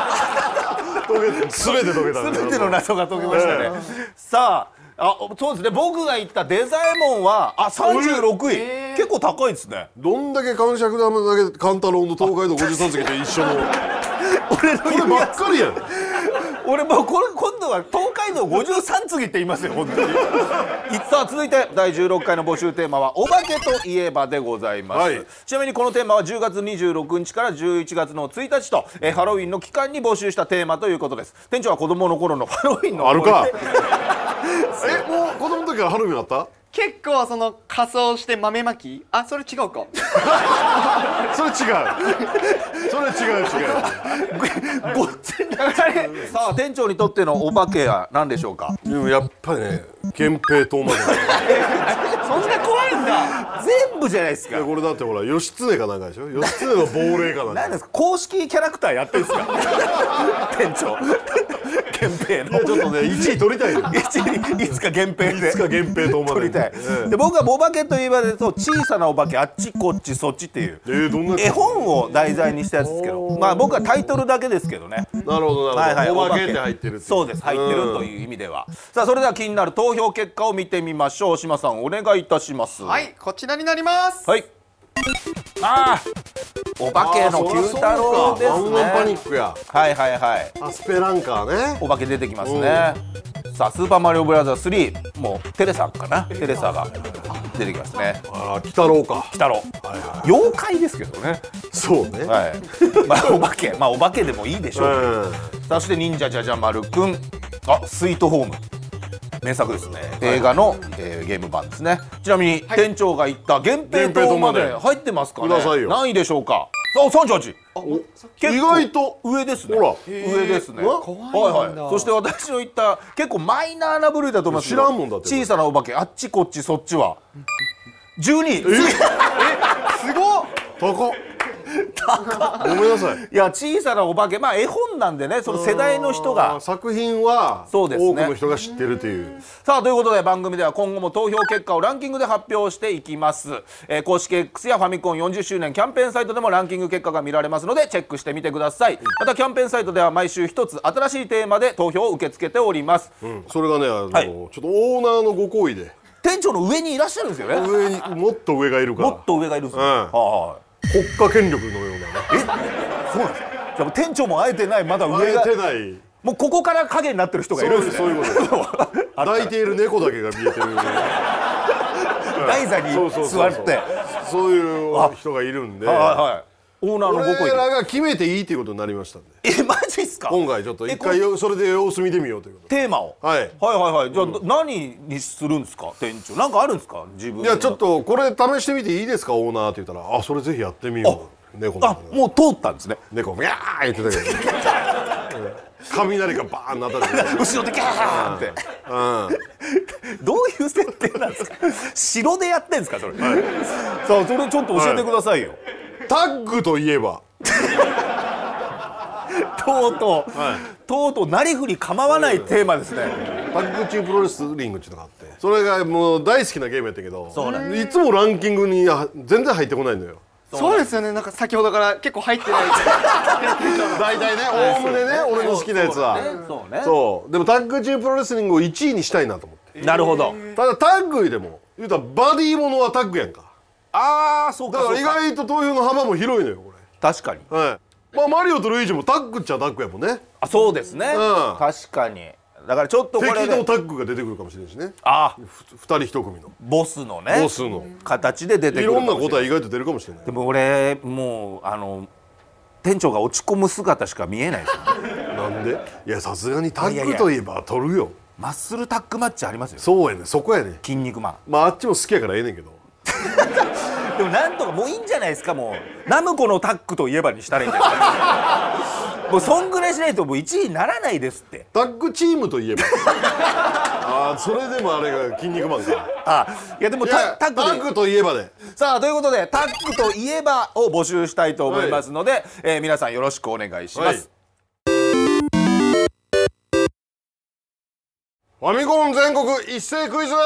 すべて解けたね全ての謎が解けましたね。さあ。あ、そうですね。僕が言ったデザエモンはあさんじゅうろくい、えー、結構高いですね。 どんだけ感触玉だけ勘太郎の東海道ごじゅうさん席と一緒の俺のこればっかりやん。 俺もうこれ今度は東海道ごじゅうさん次って言いますよ本当に。さあ続いてだいじゅうろっかいの募集テーマはお化けといえばでございます、はい、ちなみにこのテーマはじゅうがつにじゅうろくにちからじゅういちがつのついたちとえハロウィンの期間に募集したテーマということです。店長は子供の頃のハロウィンのあるかえもう子供の時からハロウィンあった？ 結構その仮装して豆まきあそれ違うかそれ違うそれ違う違うごっついなさあ店長にとってのお化けは何でしょうか？ でもやっぱりね源平東馬そんな怖いんだ。 全部じゃないですか。 これだってほら義経かなんかでしょ。義経の亡霊かなんか何ですか公式キャラクターやってるんですか店長源平のいやちょっとねいちい取りたいよいちいいつか源平でいつか源平東馬で取りたい、ええ、で僕はお化けといえばでと小さなお化けあっちこっちそっちっていう、 えー、どんな絵本を題材にしたやつですけどまあ僕はタイトルだけですけどね。 なるほどなるほど、はいはい、お化けって入ってるってそうです入ってるという意味では。さあそれでは気になる投票結果を見てみましょう。島さんお願いいたします。 はいこちらになります。 はいああお化けの九太郎ですね。 ワンワンパニックやはいはいはいアスペランカーねお化け出てきますね。さあスーパーマリオブラザースリーもうテレサかなテレサが出てきますね。 ああ鬼太郎か鬼太郎、はいはい、妖怪ですけどね。 そうねはいまあお化けまあお化けでもいいでしょう、うん、そして忍者じゃじゃ丸くんあスイートホーム名作ですね、はい、映画の、えー、ゲーム版ですね。ちなみに、はい、店長が言った源平島まで入ってますかね。何位でしょうか。あさんじゅうはち意外と上ですね。 ほら上ですね。はいはい。そして私の言った結構マイナーな部類だと思いますけど知らんもんだって小さなお化けあっちこっちそっちはじゅうにい。ええすごっ高っごめんなさい。 いや小さなお化けまあ絵本なんでねその世代の人が作品は多くの人が知ってるという。 さあということで番組では今後も投票結果をランキングで発表していきます、えー、公式 X やファミコンよんじゅっしゅうねんキャンペーンサイトでもランキング結果が見られますのでチェックしてみてください。またキャンペーンサイトでは毎週一つ新しいテーマで投票を受け付けております、 うん、それがねあの、はい、ちょっとオーナーのご厚意で店長の上にいらっしゃるんですよね。 上にもっと上がいるからもっと上がいるんですよ、うんはあはあ国家権力のようなね。 えそうなんですか。じゃあもう店長もあえてないまだ上があえてないもうここから影になってる人がいるんですね。 そういうこと抱いている猫だけが見えてる台座に座ってそういう人がいるんで、 はいはい、オーナーのごこい俺らが決めていいということになりましたんで。 えマジっすか。 今回ちょっと一回それで様子見てみようということテーマを、はい、はいはいはいじゃあ、うん、何にするんですか店長。なんかあるんですか自分。 いやちょっとこれ試してみていいですかオーナーって言ったらあそれぜひやってみよう。猫あもう通ったんですね。 猫ビャー言ってたけど雷がバーンなったで後ろでギャーって、うん、どういう設定なんですか城でやってんですかそれ、はい、さあそれちょっと教えてくださいよ、はい、 タッグといえばとうとう、はい、とうとうなりふり構わないテーマですね。 タッグチームプロレスリングっていうのがあってそれがもう大好きなゲームやったけどいつもランキングに全然入ってこないのよ。 そうですよね。なんか先ほどから結構入ってない大体ねおおむねね俺の好きなやつはそうねそうでもタッグチームプロレスリングをいちいにしたいなと思って。 なるほど。 ただタッグでも言うたらバディものはタッグやんか。 ああそうか。 だから意外と投票の幅も広いのよこれ。 確かに。 はいまあマリオとルイージもタッグっちゃタッグやもんね。 あそうですね、うん、確かに。だからちょっとこれ敵のタッグが出てくるかもしれないしね。 ああふたりひと組のボスのねボスの形で出てくるいろんなことは意外と出るかもしれない。 でも俺もうあの店長が落ち込む姿しか見えないですよ、ね、 なんで。いやさすがにタッグといえば取るよ。 マッスルタッグマッチありますよ。 そうやねそこやね筋肉マン。 まああっちも好きやからええねんけどでもなんとかもういいんじゃないですか。もうナムコのタッグといえばにしたらいいんじゃないですか。もうそんぐらいしないともういちいにならないですって。 タッグチームといえばああそれでもあれが筋肉マンか。 あいやでもタタッグでタッグといえばでさあということでタッグといえばを募集したいと思いますので、はい、えー、皆さんよろしくお願いします、はい、 ファミコン全国一斉クイズ。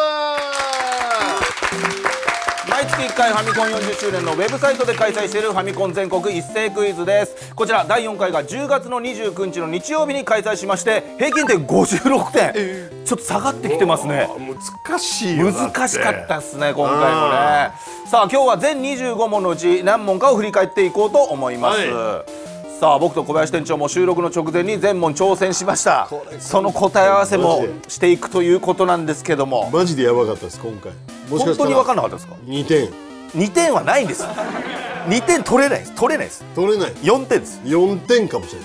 毎月いっかいファミコンよんじゅっしゅうねんのウェブサイトで開催しているファミコン全国一斉クイズです。こちらだいよんかいがじゅうがつのにじゅうくにちの日曜日に開催しまして、平均点ごじゅうろくてん、えー、ちょっと下がってきてますね。 難しいよ。 難しかったっすね今回もね。さあ今日は全にじゅうごもんのうち何問かを振り返っていこうと思います、はい、さあ僕と小林店長も収録の直前に全問挑戦しました。その答え合わせもしていくということなんですけども、 マジでやばかったです今回。もしかしたら本当に分かんなかったですか。 にてんにてんはないんです。にてん取れないです取れないです取れない。 よんてんです。 よんてんかもしれない。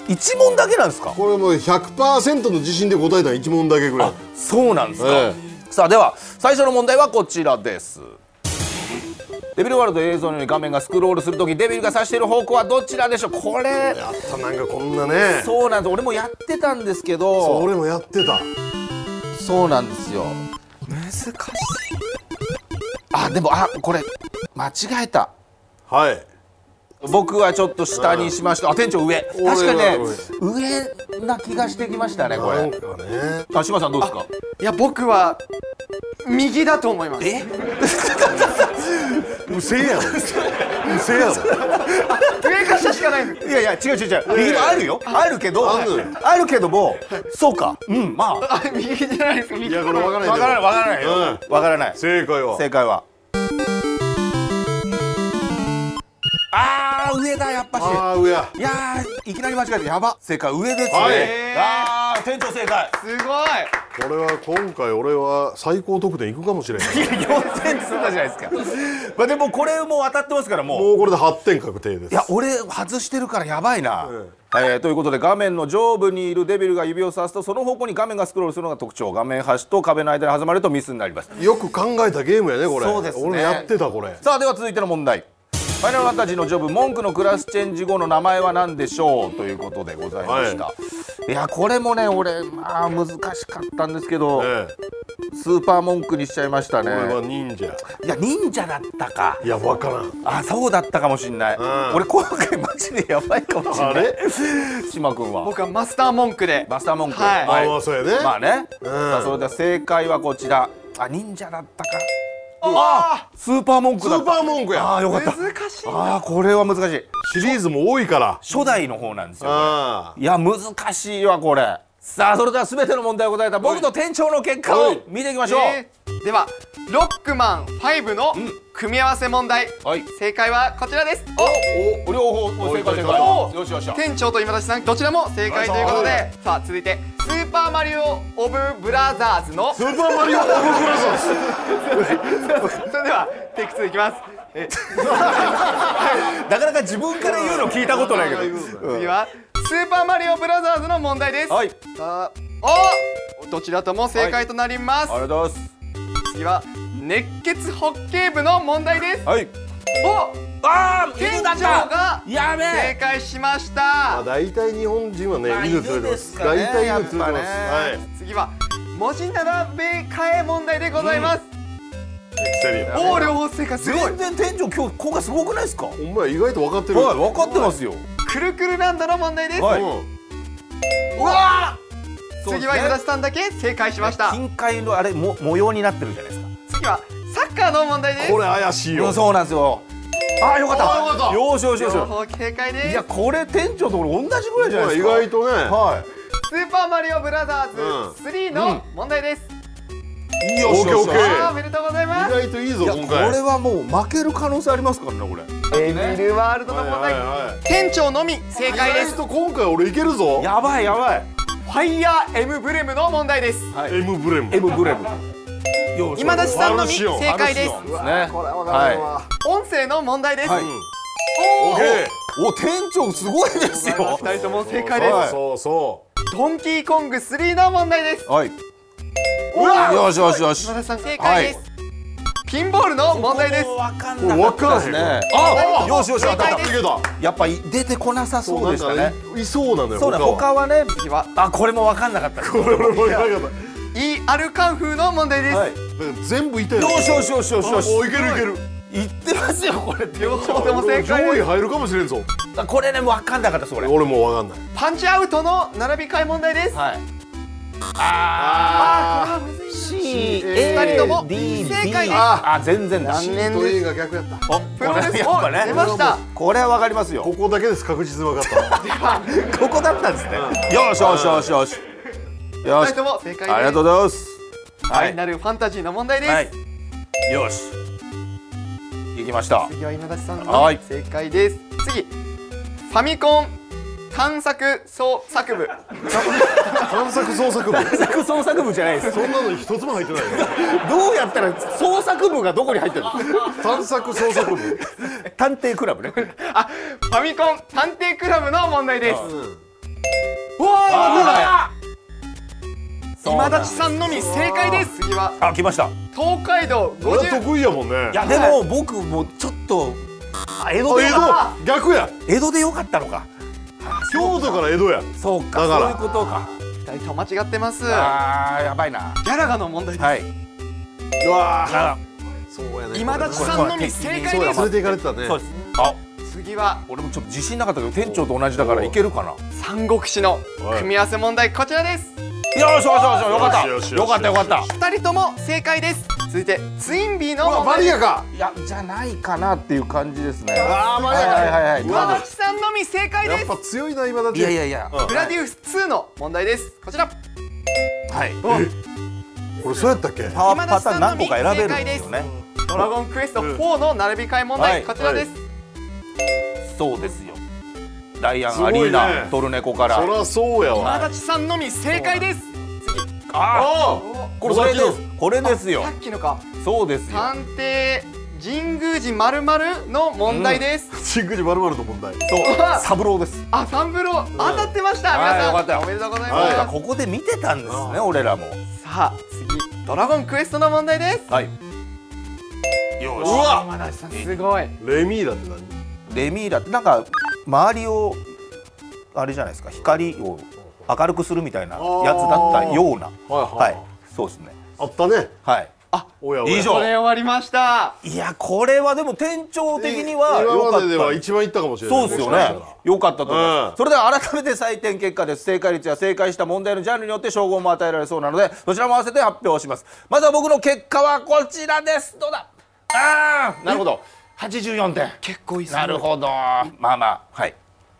いち問だけなんですか。 これもう ひゃくパーセント の自信で答えたらいち問だけぐらい。 あ、そうなんですか、 ええ、さあでは最初の問題はこちらです。デビルワールド映像のように画面がスクロールするとき、デビルが指している方向はどちらでしょう。これやったなんかこんなね。 そうなんです。俺もやってたんですけど。 そう俺もやってた。 そうなんですよ。難しい。あでもあこれ間違えた。 はい。 僕はちょっと下にしました。あ店長上。確かにね上な気がしてきましたねこれ。 なんかね。 あ島さんどうですか。 いや僕は右だと思います。 えうせやろうせやろ上か下しかないんです。 いやいや違う違う違う右もあるよ。あるけどあるあるけどもそうかうんまああ右じゃないですか。 いやこれ分からないわからないわからないよわからない。 正解は正解はあー上だやっぱし。 あー上や。 いやーいきなり間違えてやば。正解上ですね。 はい、 あー店長正解。 すごい。 これは今回俺は最高得点いくかもしれない。 いやよんてん積んだじゃないですか。まあでもこれも当たってますからもう。 もうこれではってん確定です。 いや俺外してるからやばいな、 うんえー、ということで画面の上部にいるデビルが指をさすとその方向に画面がスクロールするのが特徴。画面端と壁の間に挟まるとミスになります。 よく考えたゲームやねこれ。 そうですね。 俺やってたこれ。 さあでは続いての問題。ファイナルファンタジーのジョブ文句のクラスチェンジ後の名前は何でしょうということでございました、はい、いやこれもね俺まあ難しかったんですけど、ええ、スーパー文句にしちゃいましたね。 これは忍者。 いや忍者だったか。 いや分からん。 あそうだったかもしんない、うん、俺今回マジでやばいかもしんない。あれ島君は。 僕はマスター文句で。 マスター文句、 はい、 はい、 ああそうやね。 まあね、うん、さあそれでは正解はこちら。あ忍者だったか。ああスーパー文句だった。 スーパー文句や。 ああよかった。 難しい。 ああこれは難しい。 シリーズも多いから初代の方なんですよ。いや難しいわこれ。さあそれでは全ての問題を答えた僕と店長の結果を見ていきましょう、 えー、ではロックマンファイブの組み合わせ問題、はい、正解はこちらです。 おお両方正解正解。よしよし。 店長と今立さんどちらも正解ということで、さあ続いてスーパーマリオオブブラザーズのスーパーマリオオブブラザーズそれではテイクツーいきます。えなかなか自分から言うの聞いたことないけど次はスーパーマリオブラザーズの問題です。 はい。 さあおどちらとも正解となります、 はい、ありがとうございます。 次は熱血ホッケー部の問題です。 はい。 おああ店長がやべえ正解しました。 だいたい日本人はね犬連れてます。だいたい犬連れてます。はい。 次は文字並べ替え問題でございます。 うん、 おお両方正解。すごい。 全然店長今日今回すごくないですか。 お前意外と分かってる。 はい分かってますよ。 くるくるランドの問題です。 はい。 うわ次は今田さんだけ正解しました。 金塊のあれも模様になってるじゃないですか。 次はサッカーの問題です。 これ怪しいよ。 そうなんですよ。ああよかった。よしよしよし。 両方正解です。 いやこれ店長と俺同じぐらいじゃないですか。 意外とね。 はい。 スーパーマリオブラザーズスリーの問題です。 いいよしよし。 おめでとうございます。 意外といいぞ今回。 これはもう負ける可能性ありますからねこれ。 エビルワールドの問題。店長のみ正解です。 意外と今回俺いけるぞ。 やばいやばい。 ファイヤーエムブレムの問題です。 エムブレム。 エムブレム。 今立さんのみ正解です。 ね。 これわかるわ。 音声の問題です。 オッケー。 お店長すごいですよ。 二人とも正解です。 そうそう。 ドンキーコングスリーの問題です。 はい。うわよしよしよし。 今立さん正解です。 ピンボールの問題です。 わかんなかったですね。あ、よしよし当たった。 いけた。 やっぱ出てこなさそうでしたね。 いそうなのよ。 そうだ、他はね。 次はあ、これもわかんなかった。 これも分からなかっイアルカン風の問題です。 はい。 た。全部いたよ。 よしよしよしよしよし。 おいけるいける。 言ってますよこれ。 両方とも正解です。 上位入るかもしれんぞ。 これねわかんなかったそれ。 俺も分かんない。 パンチアウトの並び替え問題です。 はい。 ああー。 ー C 二人とも D 正解です。 あ、全然だ。 残念と A です。 が逆やった。 お、 プロレスこれやっぱね。 出ました。 これはわかりますよ。 ここだけです確実に分かった。 ここだったんですね。よしよしよしよし。よし。 二人とも正解です。 ありがとうございます。 ファイナルファンタジーの問題です。 はい。よし。行きました。 次は今立さんのはい正解です。次、ファミコン探索創作部。 探索創作部。 作創作部じゃないです。 そんなの一つも入ってないよ。 どうやったら創作部がどこに入ってるの？ 探索創作部。 探偵クラブね。 あ、ファミコン探偵クラブの問題です。 うん。 わああ、今立さんのみ正解です。次はあ、来ました。 東海道ごじゅう。 俺得意やもんね。 いやでも僕もちょっとあ江戸であ江よかっ戸逆や。 た。江戸でよかったのか。 京都から江戸や。 そうか。 だからそういうことか。 二人とも間違ってます。ギあーやばいな。 ャラガの問題です。 はい。 うわあそうやね。 今立さんのみ正解です。 そうや連れて行かれてたね。 そうです。あ、 次は俺もちょっと自信なかったけど店長と同じだからいけるかな。 三国志の組み合わせ問題こちらです。 よしよしよしよかった。 よしよしよしよかったよかった。 二人とも正解です。続いてツインビーのうわ問題です。 マリアか。 いやじゃないかなっていう感じですね。 あーマリアか。 はいはいはいはい。 今立さんのみ正解ですやっ。ぱ強いな今だって。 いやいやいや。 うんグラディウスツーの問題です。こちら。 はい。 これそうやったっけ。 パワーパターン何個か選べるんですよね。 ドラゴンクエストフォーの並び替え問題、 はいこちらです。 そうですよ。ダイアすごいねンアリーナトルネコから。 そりゃそうやわ。 今立さんのみ正解です。 ああこれそれです。これですよさ。っきのか。 そうですよ。 探偵神宮寺まるまるの問題です。 シングジまるまるの問題。 そう。三郎です。 あ、サンブロー当たってました。 はい皆さん、 よかったよおめでとうございはいます。 ここで見てたんですね、俺らも。 さあ、次ドラゴンクエストの問題です。 はい。よし。 うわ今立さんすごい。 レミーラって何？ レミーラってなんか周りをあれじゃないですか、光を明るくするみたいなやつだったような。 はいはいはい。そうですね。 あったね。 はい。 おやおや。 以上これ終わりました。 いやこれはでも店長的には良かった今まででは一番いったかもしれない。 そうですよね。良かったと思います。 うんそれでは改めて採点結果です。正解率や正解した問題のジャンルによって称号も与えられそうなので、どちらも合わせて発表します。まずは僕の結果はこちらです。どうだ。ああ、なるほど。はちじゅうよんてん。 結構いいっすね。 なるほど。まあまあ、はい。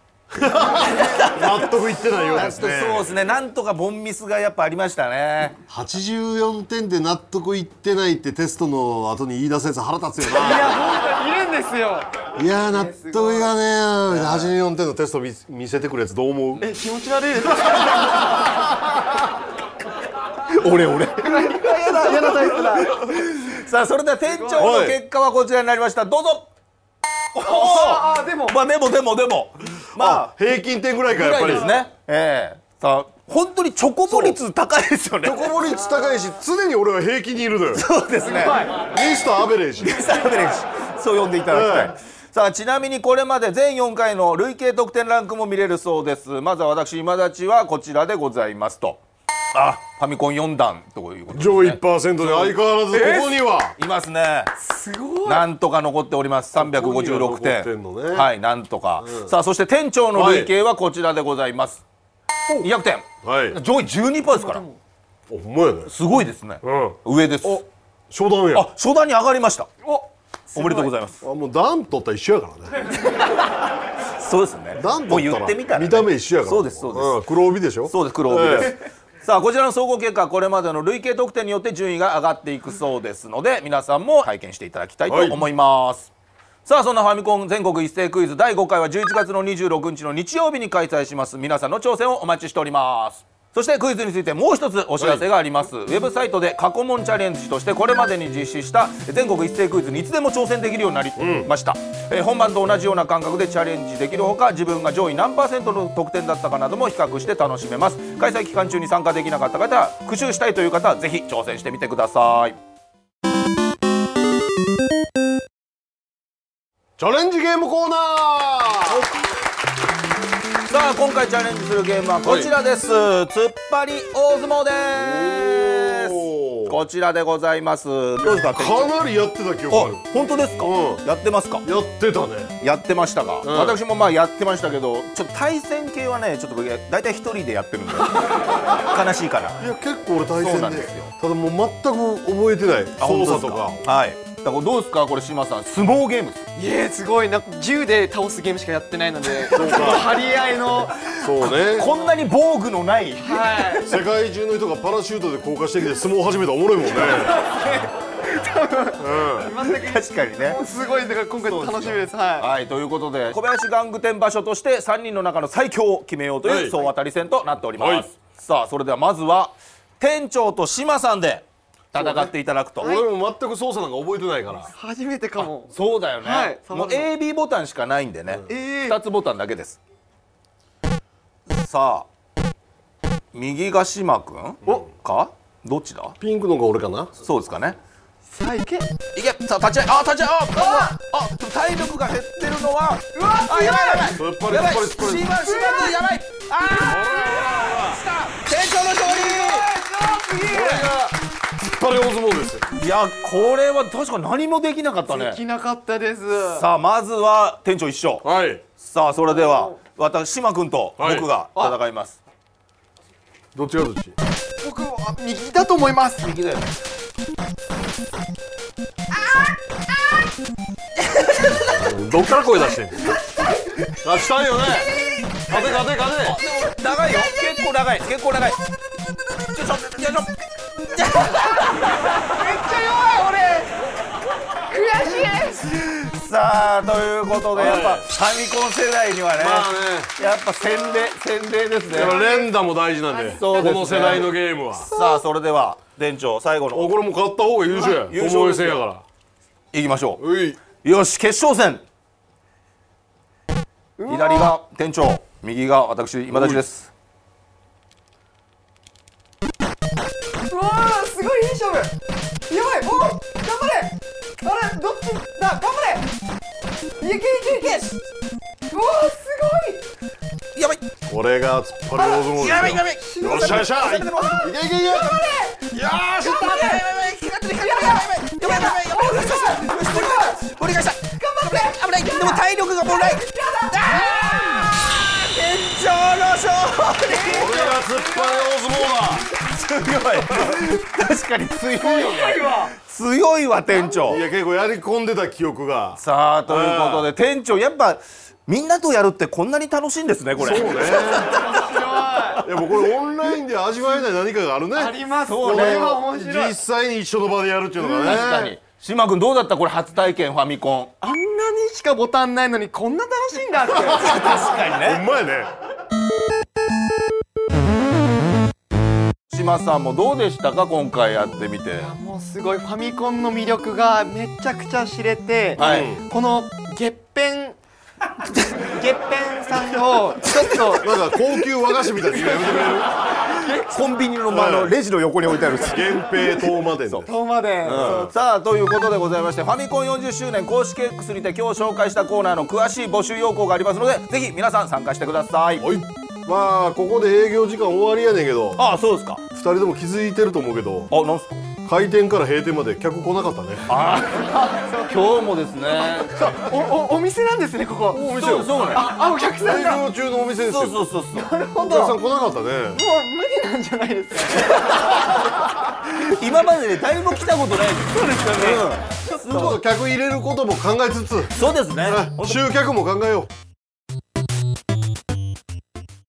納得いってないようですそうね。 ですね。なんとかボンミスがやっぱありましたね。 はちじゅうよんてんで納得いってないってテストの後に言い出すやつ腹立つよいや、本当にいるんですよ。 な。いやー納得がねえ。はちじゅうよんてんのテスト見見せてくるやつどう思う？ え、気持ち悪いです。 俺俺。 やだ、やだタイプだ。 さあそれでは店長の結果はこちらになりました。どうぞ。 ああ、でも。 まあでもでもでもまああ平均点ぐらいかぐやっぱり。 らいですね。ええさあ本当にチョコボ率高いですよね。 チョコボ率高いし常に俺は平均にいるのよ。 そうですね。 ミスターアベレージ。 サーブレージそう呼んでいただきたい。 はいさあちなみにこれまで全よんかいの累計得点ランクも見れるそうです。まずは私今立ちはこちらでございますと。あ、ファミコンよん段ということですね。 上位いちパーセントで相変わらずここには。 いますね。 すごい。 なんとか残っております。さんびゃくごじゅうろくてここには残ってんん。 のねはい、なんとか。さあそして店長の累計はこちらでございます。にひゃくてん。 はい。 上位 じゅうにパーセント ですから。 おほんまやね。 すごいですね。 うん。 上です。 初段や。 あ、初段に上がりました。 お。 おめでとうございます。 あもう段取ったら一緒やからね。 そうですね。 段もう取ったら言ってみたらね見た目一緒やから。 そうですそうですん黒帯でしょ。 そうです、黒帯です。さあこちらの総合結果これまでの累計得点によって順位が上がっていくそうですので皆さんも体験していただきたいと思います、さあそんなファミコン全国一斉クイズだいごかいはじゅういちがつのにじゅうろくにちの日曜日に開催します。皆さんの挑戦をお待ちしております。そしてクイズについてもう一つお知らせがあります、はい、ウェブサイトで過去問チャレンジとしてこれまでに実施した全国一斉クイズにいつでも挑戦できるようになりました、うんえー、本番と同じような感覚でチャレンジできるほか自分が上位何パーセントの得点だったかなども比較して楽しめます。開催期間中に参加できなかった方は復習したいという方はぜひ挑戦してみてください。 チャレンジゲームコーナー。 さあ今回チャレンジするゲームはこちらです、はい、突っ張り大相撲です。こちらでございます。どうですか。 かなりやってた記憶ある。 本当ですか、うん、やってますか。 やってたね。 やってましたか、うん、私もまあやってましたけど、ちょっと対戦系はねちょっと大体一人でやってるんで悲しいから。 いや結構俺対戦で、そうなんですよ。ただもう全く覚えてない操作とか。 はい。だからどうですかこれ、島さん、相撲ゲームです。 いえすごい、なんか銃で倒すゲームしかやってないので、そうか張り合いの。 そうね。 こんなに防具のない、 はい、 世界中の人がパラシュートで降下してきて相撲を始めたらおもろいもんね。 確かにね。 すごい、だから今回楽しみです。はい、 はい、ということで小林玩具店場所としてさんにんの中の最強を決めようという総当たり戦となっております、はい、さあそれではまずは店長と島さんで戦っていただくと。 俺も全く操作なんか覚えてないから。 初めてかも。 そうだよね、はい、もう エービー ボタンしかないんでね、うん、ふたつボタンだけです。さあ右が島くんかどっちだ。 ピンクのが俺かな。 そうですかね。 さあいけいけ。さあ立ち合い、あ立ち合い、ああ体力が減ってるのは、 うわあやばいやばいやっぱりやばい、島島君やばい。ああ店長の勝利。 これが突っ張り大相撲ですよ。 いやこれは確か何もできなかったね。 できなかったです。 さあまずは店長一緒。 はい。 さあそれでは私島君と僕が戦います。 どっちがどっち。 僕は右だと思います。 右だよね。 どっから声出してんの。出したいよね。勝て勝て勝て。 長いよ。結構長い結構長い。よいしょよいしょ。めっちゃ弱い俺。悔しい。 さあということで、やっぱファミコン世代にはね、やっぱ洗礼洗礼ですね。 連打も大事なんで、この世代のゲームは。 さあそれでは店長最後の。 これも勝った方が優勝や。優勝戦やから。 いきましょう。よし決勝戦。左が店長、右が私今立ちです。 うわーすごいいい勝負。やばい、お頑張れ。あれどっちだ、頑張れ。いけいけいけ。うわーすごい。やばい。 これが突っ張り大相撲ですよ。 やばいやばい。 よっしゃよっしゃ。いけいけいけ。 頑張れ。よーし。やばいやばい。光ってる光ってる。やばいやばいやばいやばい。 お願いした。 頑張って。 危ない。でも体力がもうない。店長の勝利。 これが突っ張り大相撲だ。 すごい。確かに強いよね。強いわ店長。 いや結構やり込んでた記憶が。 さあということで店長やっぱみんなとやるってこんなに楽しいんですねこれ。 そうね。いやもうこれオンラインで味わえない何かがあるね。 あります。 そうね。 実際に一緒の場でやるっていうのがね。 確かに。島君どうだったこれ初体験ファミコン。 あんなにしかボタンないのにこんな楽しいんだって。確かにね。 ほんまやね。 島さんもどうでしたか今回やってみて。いやもうすごいファミコンの魅力がめちゃくちゃ知れて、 はい、 この月片月片さんをちょっとなんか高級和菓子みたいにやめてくれる。 コンビニのまのレジの横に置いてある。 源平東馬伝。 東馬伝。 さあということでございまして、ファミコンよんじゅっしゅうねん公式 X にて今日紹介したコーナーの詳しい募集要項がありますので、ぜひ皆さん参加してください。 はい。まあここで営業時間終わりやねんけど。 ああそうですか。 ふたりとも気づいてると思うけど。 あ、なんすか。 開店から閉店まで客来なかったね。 ああ今日もですね。 おおお店なんですねここ。 お店よ。 そうね。 あお客さん営業中のお店ですよ。 そうそうそうそう。 なるほど。 お客さん来なかったね。 もう無理なんじゃないですか。 今までで誰も来たことない。 そうですよね。 ちょっと客入れることも考えつつ。 そうですね。 集客も考えよう。